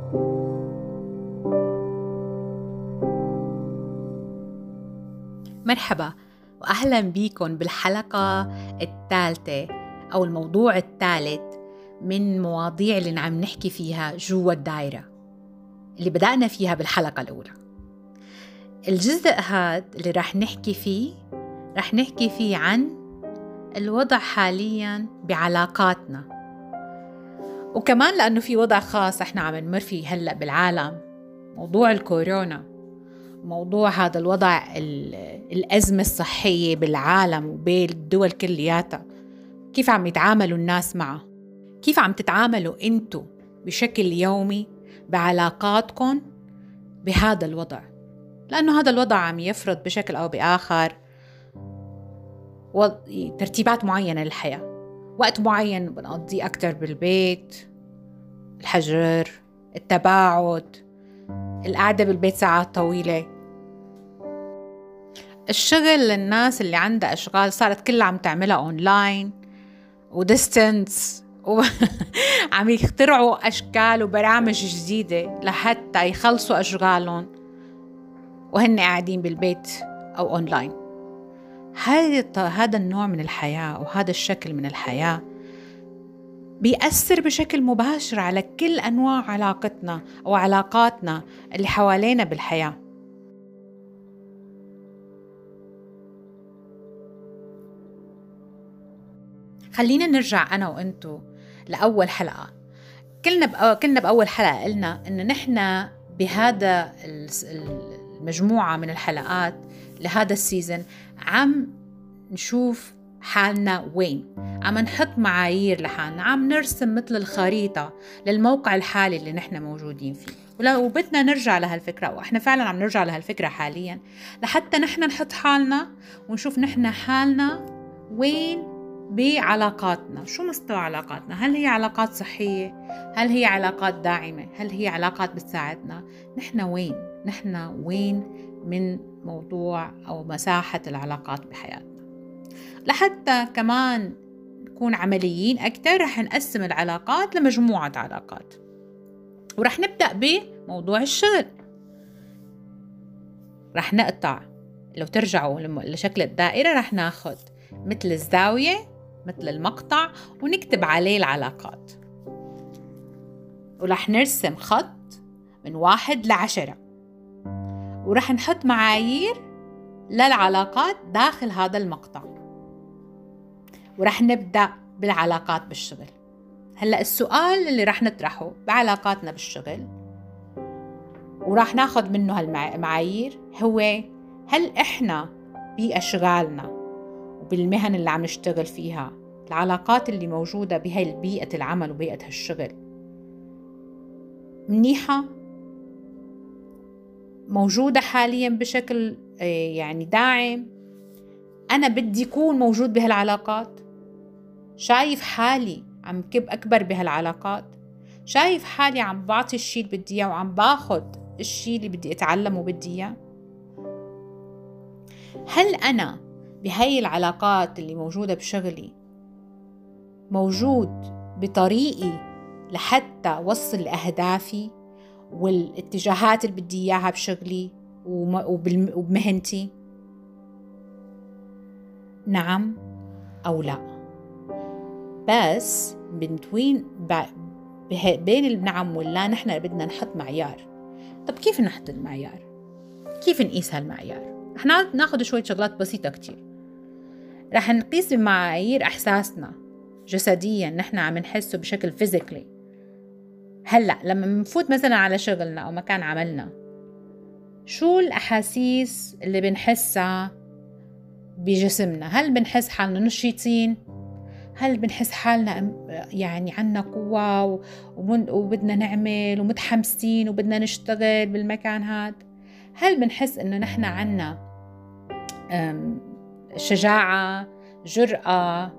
مرحبا وأهلا بيكم بالحلقة الثالثة أو الموضوع الثالث من مواضيع اللي عم نحكي فيها جوا الدائرة اللي بدأنا فيها بالحلقة الأولى. الجزء هذا اللي رح نحكي فيه عن الوضع حاليا بعلاقاتنا، وكمان لأنه في وضع خاص احنا عم نمر فيه هلأ بالعالم، موضوع الكورونا، موضوع هذا الوضع الأزمة الصحية بالعالم وبين الدول كلياتها، كيف عم يتعاملوا الناس معه، كيف عم تتعاملوا انتو بشكل يومي بعلاقاتكم بهذا الوضع، لأنه هذا الوضع عم يفرض بشكل أو بآخر ترتيبات معينة للحياة، وقت معين بنقضيه أكتر بالبيت، الحجر، التباعد، القعدة بالبيت ساعات طويلة، الشغل للناس اللي عندها أشغال صارت كلها عم تعملها أونلاين وديستنس عم يخترعوا أشكال وبرامج جديدة لحتى يخلصوا أشغالهم وهن قاعدين بالبيت أو أونلاين. هذا النوع من الحياة وهذا الشكل من الحياة بيأثر بشكل مباشر على كل أنواع علاقتنا أو علاقاتنا اللي حوالينا بالحياة. خلينا نرجع أنا وأنتو لأول حلقة. كلنا بأول حلقة قلنا إنه نحن بهذا المجموعة من الحلقات لهذا السيزن عم نشوف حالنا وين، عم نحط معايير لحالنا، عم نرسم مثل الخريطة للموقع الحالي اللي نحن موجودين فيه. ولو بدنا نرجع لهالفكرة، وإحنا فعلا عم نرجع لهالفكرة حاليا لحتى نحن نحط حالنا ونشوف نحن حالنا وين بعلاقاتنا، شو مستوى علاقاتنا، هل هي علاقات صحية، هل هي علاقات داعمة، هل هي علاقات بتساعدنا، نحن وين من موضوع أو مساحة العلاقات بحياتنا. لحتى كمان نكون عمليين أكتر رح نقسم العلاقات لمجموعة علاقات، ورح نبدأ بموضوع الشغل. رح نقطع، لو ترجعوا لشكل الدائرة رح ناخد مثل الزاوية مثل المقطع ونكتب عليه العلاقات، ورح نرسم خط من 1 ل10، ورح نحط معايير للعلاقات داخل هذا المقطع، ورح نبدأ بالعلاقات بالشغل. هلأ السؤال اللي رح نطرحه بعلاقاتنا بالشغل ورح ناخد منه هالمعايير هو: هل إحنا بأشغالنا وبالمهن اللي عم نشتغل فيها، العلاقات اللي موجودة بهاي بيئة العمل وبيئة هالشغل منيحة، موجودة حاليا بشكل يعني داعم، أنا بدي أكون موجود بهالعلاقات، شايف حالي عم كب أكبر بهالعلاقات، شايف حالي عم بعطي الشيء اللي بدي إياه وعم باخد الشيء اللي بدي أتعلمه وبدي إياه. هل أنا بهاي العلاقات اللي موجودة بشغلي موجود بطريقي لحتى وصل لأهدافي والاتجاهات اللي بدي إياها بشغلي وبمهنتي؟ نعم أو لا؟ بس بين النعم واللا نحن بدنا نحط معيار. طب كيف نحط المعيار؟ كيف نقيس هالمعيار؟ رح ناخد شوية شغلات بسيطة كتير. رح نقيس بمعايير أحساسنا جسديا، نحن عم نحسه بشكل فيزيكلي. هلأ لما نفوت مثلا على شغلنا أو مكان عملنا، شو الأحاسيس اللي بنحسها بجسمنا؟ هل بنحس حالنا نشيطين؟ هل بنحس حالنا يعني عنا قوة وبدنا نعمل ومتحمسين وبدنا نشتغل بالمكان هذا؟ هل بنحس إنه نحن عنا شجاعة، جرأة،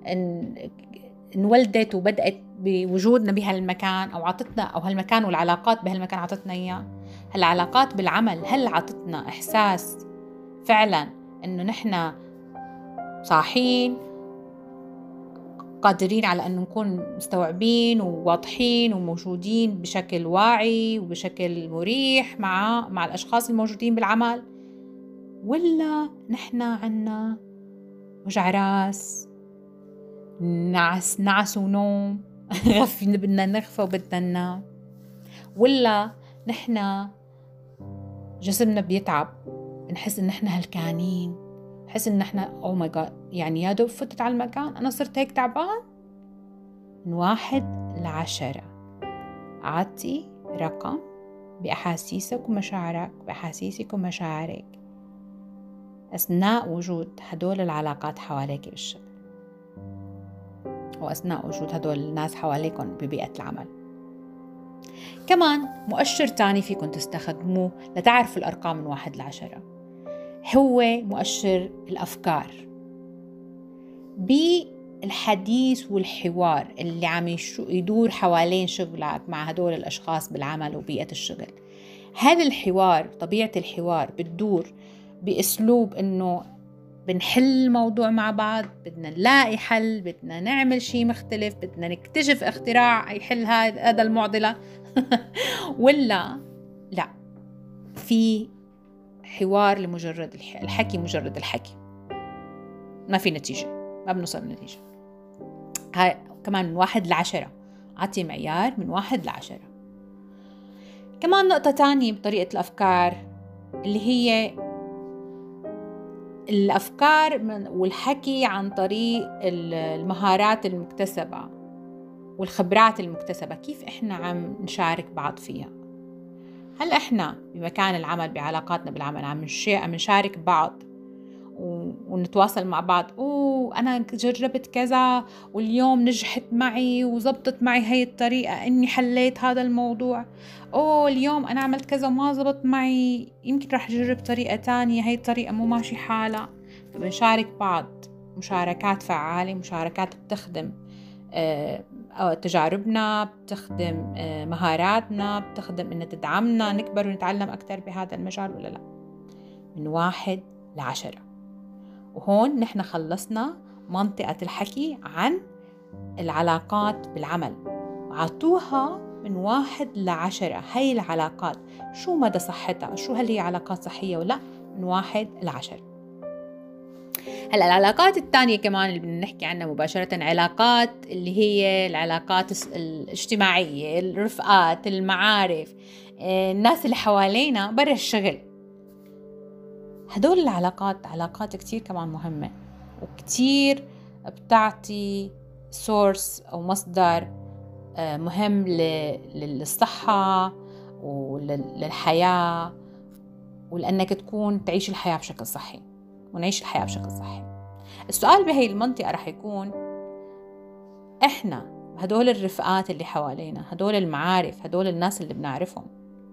انولدت وبدأت بوجودنا بهالمكان أو عطتنا، أو هالمكان والعلاقات بهالمكان عطتنا إياه؟ هالعلاقات بالعمل هل عطتنا إحساس فعلا إنه نحن صاحين وقادرين على أن نكون مستوعبين وواضحين وموجودين بشكل واعي وبشكل مريح مع الأشخاص الموجودين بالعمل، ولا نحن عنا وجع راس، نعس ونوم بدنا نغفى وبدنا ننام، ولا نحن جسمنا بيتعب، نحس إن نحن هلكانين، نحس إن نحن أوه ماي جاد يعني يا دوب فتت على المكان أنا صرت هيك تعبان. من 1 ل10 عطي رقم بأحاسيسك ومشاعرك، بأحاسيسك ومشاعرك أثناء وجود هدول العلاقات حواليك بالشغل، وأثناء وجود هدول الناس حواليكم ببيئة العمل. كمان مؤشر تاني فيكم تستخدموه لتعرفوا الأرقام من 1 ل10 هو مؤشر الأفكار. بالحديث والحوار اللي عم يدور حوالين شغلك مع هدول الأشخاص بالعمل وبيئة الشغل، هذا الحوار طبيعة الحوار بتدور بأسلوب إنه بنحل موضوع مع بعض، بدنا نلاقي حل، بدنا نعمل شيء مختلف، بدنا نكتشف اختراع يحل هذا المعضلة ولا لا في حوار لمجرد الحكي، مجرد الحكي ما في نتيجة، ما بنوصل لنتيجة. هاي كمان من 1 ل10 عطي معيار من 1 ل10. كمان نقطة تانية بطريقة الأفكار اللي هي الأفكار والحكي عن طريق المهارات المكتسبة والخبرات المكتسبة، كيف إحنا عم نشارك بعض فيها. هل إحنا بمكان العمل بعلاقاتنا بالعمل عم نشارك بعض ونتواصل مع بعض، أنا جربت كذا واليوم نجحت معي وزبطت معي هاي الطريقة إني حليت هذا الموضوع، اليوم أنا عملت كذا وما زبط معي، يمكن رح أجرب طريقة تانية، هاي الطريقة مو ماشي حالة. فبنشارك بعض مشاركات فعالة، مشاركات بتخدم تجاربنا، بتخدم مهاراتنا، بتخدم إن تدعمنا نكبر ونتعلم أكتر بهذا المجال ولا لا. من 1 ل10. وهون نحن خلصنا منطقة الحكي عن العلاقات بالعمل، عطوها من 1 ل10 هاي العلاقات شو مدى صحتها، شو هل هي علاقات صحية ولا. من 1 ل10. هلا العلاقات الثانية كمان اللي بدنا نحكي عنها مباشرة، علاقات اللي هي العلاقات الاجتماعية، الرفقات، المعارف، الناس اللي حوالينا برا الشغل. هدول العلاقات علاقات كتير كمان مهمة وكتير بتعطي سورس أو مصدر مهم للصحة وللحياة، ولأنك تكون تعيش الحياة بشكل صحي ونعيش الحياة بشكل صحي. السؤال بهي المنطقة رح يكون إحنا هدول الرفقات اللي حوالينا، هدول المعارف، هدول الناس اللي بنعرفهم،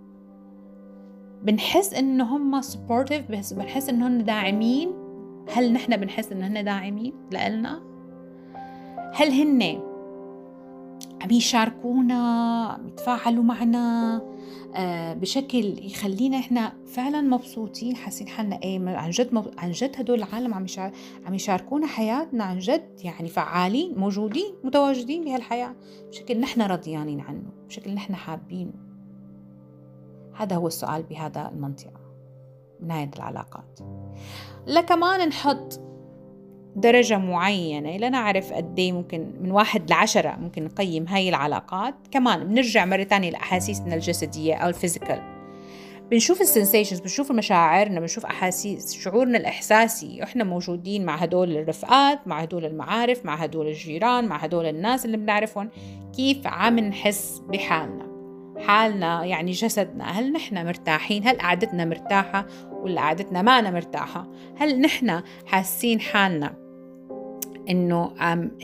بنحس إنه هم supportive، بس بنحس إنه هم داعمين. هل نحن بنحس إنه هن داعمين لإلنا؟ هل هن عم يشاركونا، عم يتفاعلوا معنا بشكل يخلينا إحنا فعلا مبسوطين، حاسين حالنا عن جد هدول العالم عم يشاركونا حياتنا عن جد، يعني فعالين، موجودين، متواجدين بهالحياة بشكل نحن رضيانين عنه، بشكل نحن حابينه. هذا هو السؤال بهذا المنطقة من هذه العلاقات. لكمان نحط درجة معينة لنعرف قدي ممكن من 1 ل10 ممكن نقيم هاي العلاقات. كمان بنرجع مرة تانية لأحاسيسنا الجسدية أو الفيزيكال، بنشوف السنسيشنز، بنشوف مشاعرنا، بنشوف أحاسيس، شعورنا الإحساسي إحنا موجودين مع هدول الرفقات، مع هدول المعارف، مع هدول الجيران، مع هدول الناس اللي بنعرفهم، كيف عم نحس بحالنا، يعني جسدنا، هل نحن مرتاحين؟ هل قعدتنا مرتاحة ولا قعدتنا ما أنا مرتاحة؟ هل نحن حاسين حالنا إنه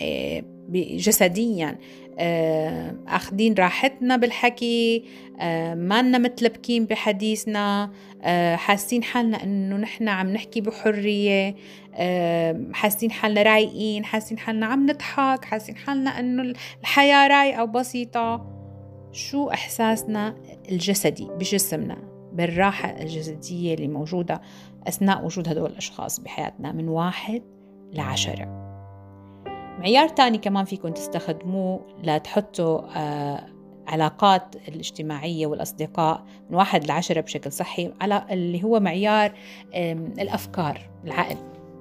جسديا أخدين راحتنا بالحكي، ما لنا متلبكين بحديثنا، حاسين حالنا إنه نحن عم نحكي بحرية، حاسين حالنا رايقين، حاسين حالنا عم نضحك، حاسين حالنا إنه الحياة رايقة وبسيطة. شو إحساسنا الجسدي بجسمنا، بالراحة الجسدية اللي موجودة أثناء وجود هدول الأشخاص بحياتنا من 1 ل10. معيار تاني كمان فيكم تستخدموه لتحطوا علاقات الاجتماعية والأصدقاء من 1 ل10 بشكل صحي، على اللي هو معيار الأفكار، العقل.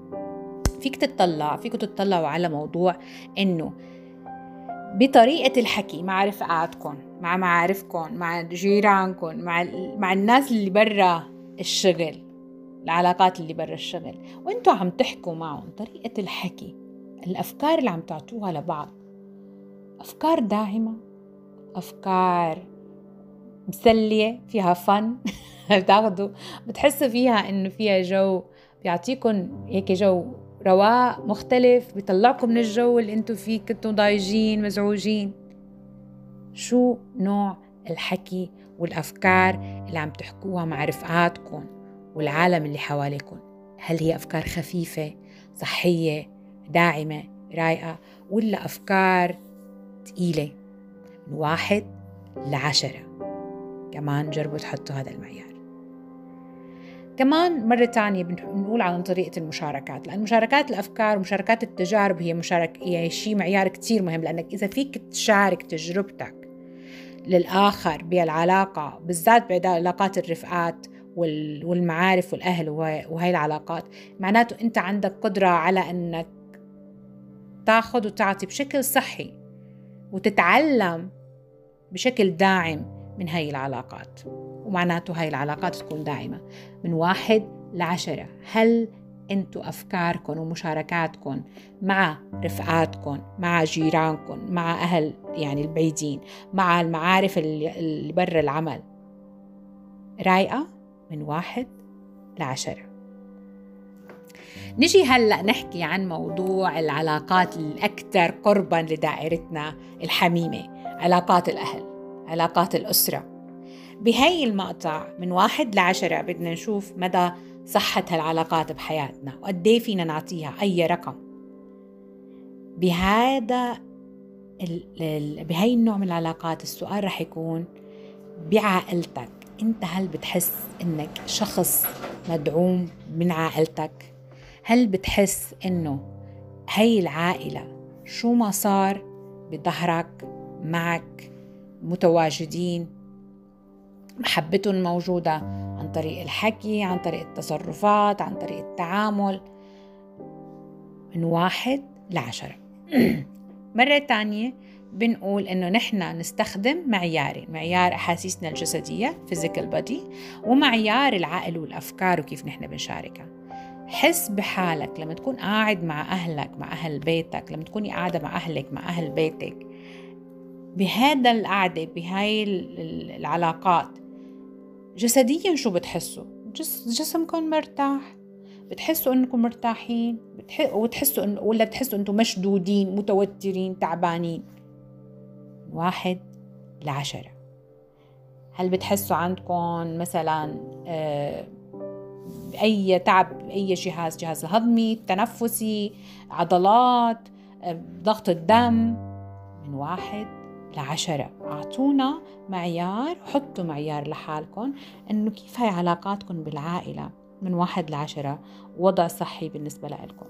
فيكم تطلعوا على موضوع إنه بطريقة الحكي مع رفقاتكم، مع معارفكم، مع جيرانكم، مع الناس اللي برا الشغل، العلاقات اللي برا الشغل، وانتوا عم تحكوا معهم، طريقة الحكي، الأفكار اللي عم تعطوها لبعض، أفكار داعمة، أفكار مسلية فيها فن بتاخدوا بتحسوا فيها إنه فيها جو بيعطيكم هيك جو رواق مختلف، بيطلعكم من الجو اللي انتوا فيه كنتوا ضايجين مزعوجين. شو نوع الحكي والأفكار اللي عم تحكوها مع رفقاتكم والعالم اللي حواليكم؟ هل هي أفكار خفيفة صحية داعمة رايقة، ولا أفكار تقيلة؟ من 1 ل10. كمان جربوا تحطوا هذا المعيار. كمان مرة تانية بنقول عن طريقة المشاركات، لأن مشاركات الأفكار ومشاركات التجارب هي شيء معيار كتير مهم، لأنك إذا فيك تشارك تجربتك للآخر بالعلاقة، بالذات بعلاقات الرفقات والمعارف والأهل وهي العلاقات، معناته أنت عندك قدرة على أنك تاخذ وتعطي بشكل صحي وتتعلم بشكل داعم من هاي العلاقات، ومعناته هاي العلاقات تكون داعمة. من 1 ل10، هل انتوا أفكاركم ومشاركاتكم مع رفقاتكم، مع جيرانكم، مع أهل يعني البعيدين، مع المعارف اللي برا العمل رايقة؟ من 1 ل10. نجي هلأ نحكي عن موضوع العلاقات الأكثر قرباً لدائرتنا الحميمة، علاقات الأهل، علاقات الأسرة. بهاي المقطع من 1 ل10 بدنا نشوف مدى صحة هالعلاقات بحياتنا وقديه فينا نعطيها أي رقم. بهاي النوع من العلاقات السؤال رح يكون بعائلتك أنت، هل بتحس إنك شخص مدعوم من عائلتك؟ هل بتحس إنه هاي العائلة شو ما صار بظهرك معك متواجدين، محبتهم موجودة عن طريق الحكي، عن طريق التصرفات، عن طريق التعامل؟ من 1 ل10. مرة تانية بنقول إنه نحن نستخدم معيارين: معيار أحاسيسنا الجسدية physical body، ومعيار العقل والأفكار وكيف نحن بنشاركها. حس بحالك لما تكون قاعد مع أهلك، مع أهل بيتك، لما تكوني قاعدة مع أهلك، مع أهل بيتك، بهذا القعدة بهاي العلاقات، جسديا شو بتحسوا؟ جسمكم مرتاح؟ بتحسوا انكم مرتاحين؟ وتحسوا ولا بتحسوا انتم مشدودين متوترين تعبانين؟ 1 ل10. هل بتحسوا عندكم مثلا أي تعب أي جهاز الهضمي، التنفسي، عضلات، ضغط الدم؟ من 1 ل10. أعطونا معيار، حطوا معيار لحالكم إنه كيف هاي علاقاتكم بالعائلة من 1 ل10 وضع صحي بالنسبة لكم.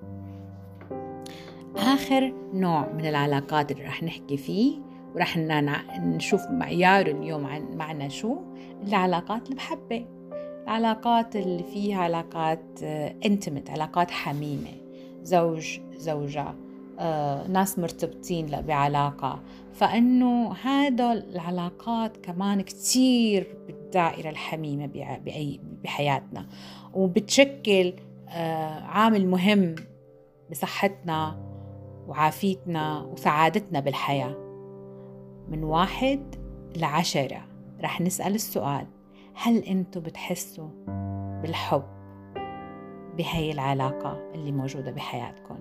آخر نوع من العلاقات اللي رح نحكي فيه ورح نشوف معيار اليوم معنا شو العلاقات المحبة، العلاقات اللي فيها علاقات intimate، علاقات حميمة، زوج زوجة، ناس مرتبطين بعلاقة. فإنه هذا العلاقات كمان كتير بالدائرة الحميمة بحياتنا، وبتشكل عامل مهم بصحتنا وعافيتنا وسعادتنا بالحياة. من 1 ل10 رح نسأل السؤال: هل أنتوا بتحسوا بالحب بهاي العلاقة اللي موجودة بحياتكم؟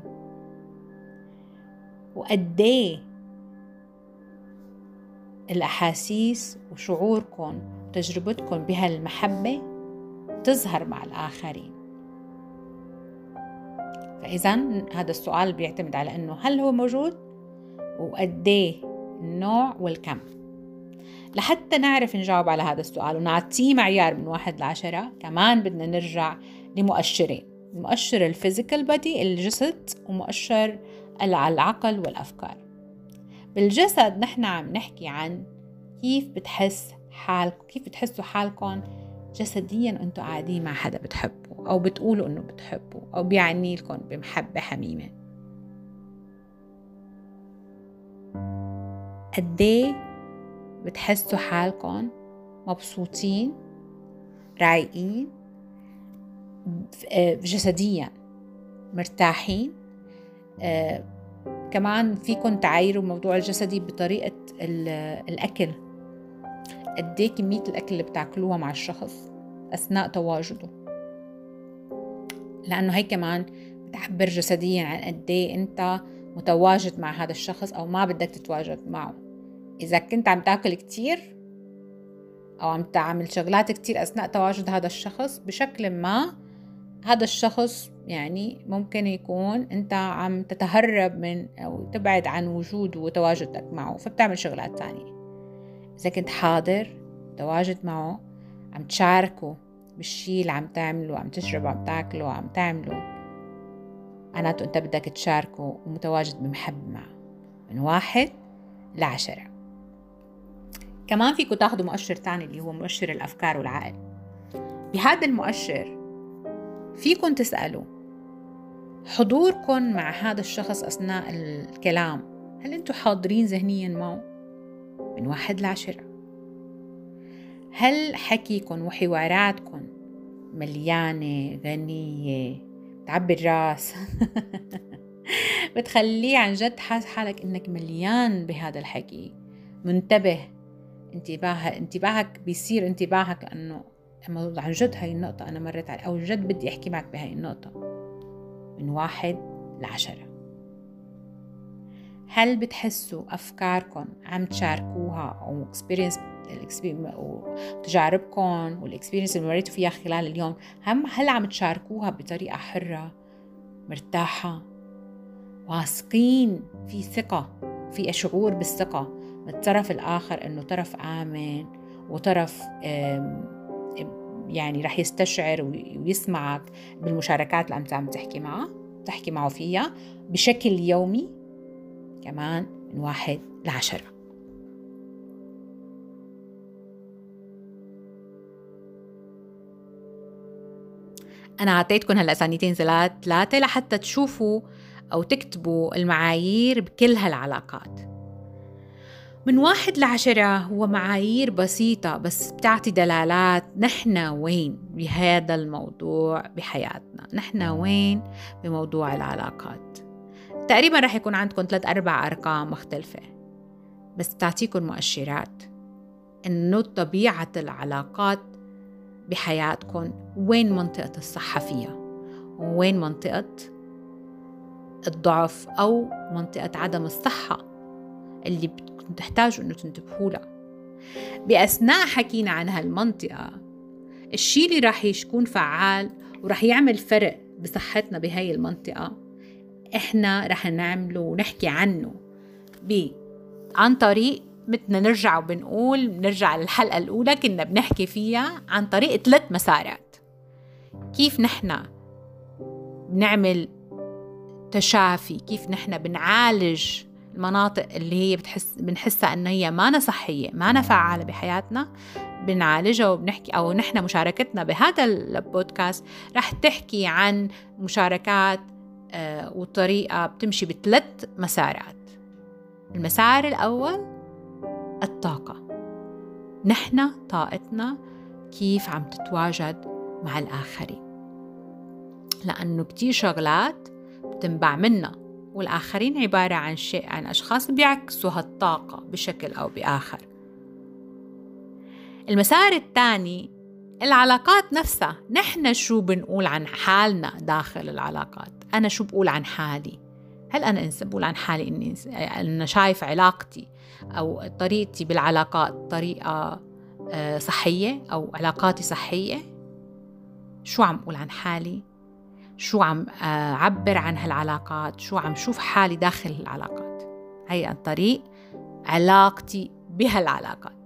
وقديه الأحاسيس وشعوركم وتجربتكم بهالمحبة تظهر مع الآخرين؟ فإذا هذا السؤال بيعتمد على أنه هل هو موجود وقديه النوع والكم. لحتى نعرف نجاوب على هذا السؤال ونعطيه معيار من 1 ل10 كمان بدنا نرجع لمؤشرين: مؤشر الفيزيكال بادي الجسد، ومؤشر العقل والأفكار. بالجسد نحن عم نحكي عن كيف بتحسوا حالكم جسديا أنتوا قاعدين مع حدا بتحبوا أو بتقولوا أنه بتحبوا أو بيعني لكم بمحبة حميمة. قديه بتحسوا حالكم مبسوطين رايقين جسديا مرتاحين. كمان فيكم تعايروا موضوع الجسدي بطريقة الأكل. قديه كمية الأكل اللي بتاكلوها مع الشخص أثناء تواجده، لأنه هي كمان بتعبر جسديا عن قديه أنت متواجد مع هذا الشخص أو ما بدك تتواجد معه. إذا كنت عم تاكل كتير أو عم تعمل شغلات كتير أثناء تواجد هذا الشخص، بشكل ما هذا الشخص يعني ممكن يكون أنت عم تتهرب من أو تبعد عن وجوده وتواجدك معه، فبتعمل شغلات تانية. إذا كنت حاضر تواجد معه، عم تشاركه بالشي اللي عم تعمله، عم تشربه، عم تاكله، عم تعمله، معناته أنت بدك تشاركه ومتواجد بمحبة معه. من 1 ل10. كمان فيكم تاخدوا مؤشر تاني اللي هو مؤشر الأفكار والعقل. بهذا المؤشر فيكم تسألوا حضوركم مع هذا الشخص أثناء الكلام، هل أنتم حاضرين ذهنيا معه؟ من 1 ل10. هل حكيكم وحواراتكم مليانة غنية تعبي الراس بتخليه عن جد حاس حالك إنك مليان بهذا الحكي، منتبه، انتباهك بيصير انتباهك لأنه عن جد هاي النقطة أنا مرت على أو جد بدي أحكي معك بهاي النقطة. من 1 ل10. هل بتحسوا أفكاركم عم تشاركوها أو تجاربكم والإكسبيرينس اللي مريتوا فيها خلال اليوم، هل عم تشاركوها بطريقة حرة مرتاحة واثقين، في ثقة، في شعور بالثقة من الطرف الآخر أنه طرف آمن وطرف يعني رح يستشعر ويسمعك بالمشاركات اللي عم تحكي معه فيها بشكل يومي. كمان من 1 ل10. أنا عطيتكم هلأ ثانيتين 3 لحتى تشوفوا أو تكتبوا المعايير بكل هالعلاقات. من 1 ل10 هو معايير بسيطة بس بتعطي دلالات نحن وين بهذا الموضوع بحياتنا، نحن وين بموضوع العلاقات. تقريبا رح يكون عندكم 3-4 أرقام مختلفة بس بتعطيكم مؤشرات إنه طبيعة العلاقات بحياتكم وين منطقة الصحة فيها وين منطقة الضعف أو منطقة عدم الصحة اللي تحتاجوا إنه تنتبهوا لها. بأثناء حكينا عن هالمنطقة، الشيء اللي راح يكون فعال وراح يعمل فرق بصحتنا بهاي المنطقة إحنا راح نعمله ونحكي عنه عن طريق مثلنا نرجع للحلقة الأولى كنا بنحكي فيها عن طريق 3 مسارات. كيف نحن بنعمل تشافي، كيف نحن بنعالج المناطق اللي هي بنحسها أنها هي ما صحية ما فعالة بحياتنا، بنعالجها وبنحكي. أو نحن مشاركتنا بهذا البودكاست رح تحكي عن مشاركات وطريقة بتمشي ب3 مسارات. المسار الأول الطاقة، نحن طاقتنا كيف عم تتواجد مع الآخرين، لأنه كتير شغلات بتنبع منا والآخرين عبارة عن أشخاص بيعكسوا هالطاقة بشكل أو بآخر. المسار الثاني العلاقات نفسها، نحن شو بنقول عن حالنا داخل العلاقات. أنا شو بقول عن حالي؟ هل أنا بقول عن حالي إني أنا شايف علاقتي أو طريقتي بالعلاقات طريقة صحية أو علاقاتي صحية؟ شو عم بقول عن حالي؟ شو عم أعبر عن هالعلاقات؟ شو عم شوف حالي داخل العلاقات؟ هي عن طريق علاقتي بهالعلاقات.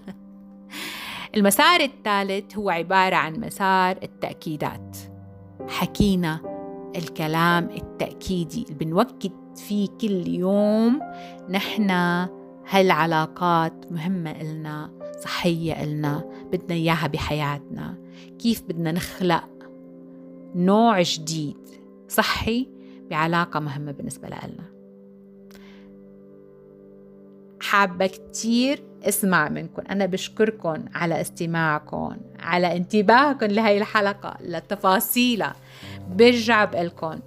المسار الثالث هو عبارة عن مسار التأكيدات. حكينا الكلام التأكيدي اللي بنوكد فيه كل يوم نحن هالعلاقات مهمة إلنا، صحية إلنا، بدنا إياها بحياتنا، كيف بدنا نخلق نوع جديد صحي بعلاقة مهمة بالنسبة لنا. حابة كتير اسمع منكم. أنا بشكركم على استماعكم، على انتباهكم لهي الحلقة، لتفاصيلها. برجع بقلكم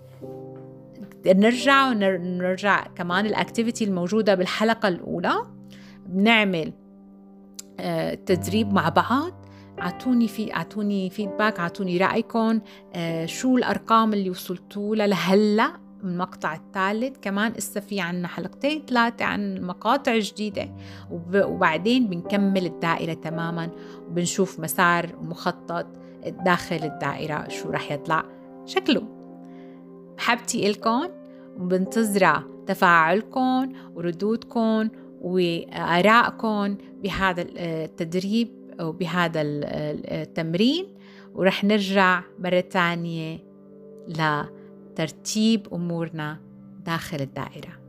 نرجع كمان الأكتيفيتي الموجودة بالحلقة الأولى، بنعمل تدريب مع بعض. اعطوني فيدباك، اعطوني رأيكم، شو الأرقام اللي وصلتوا لهلا من المقطع الثالث. كمان إسا في عنا 2-3 عن مقاطع جديدة، وبعدين بنكمل الدائرة تماما وبنشوف مسار ومخطط داخل الدائرة شو رح يطلع شكله. محبتي إلكم، وبنتظر تفاعلكم وردودكم وآرائكم بهذا التدريب أو بهذا التمرين، ورح نرجع مرة تانية لترتيب أمورنا داخل الدائرة.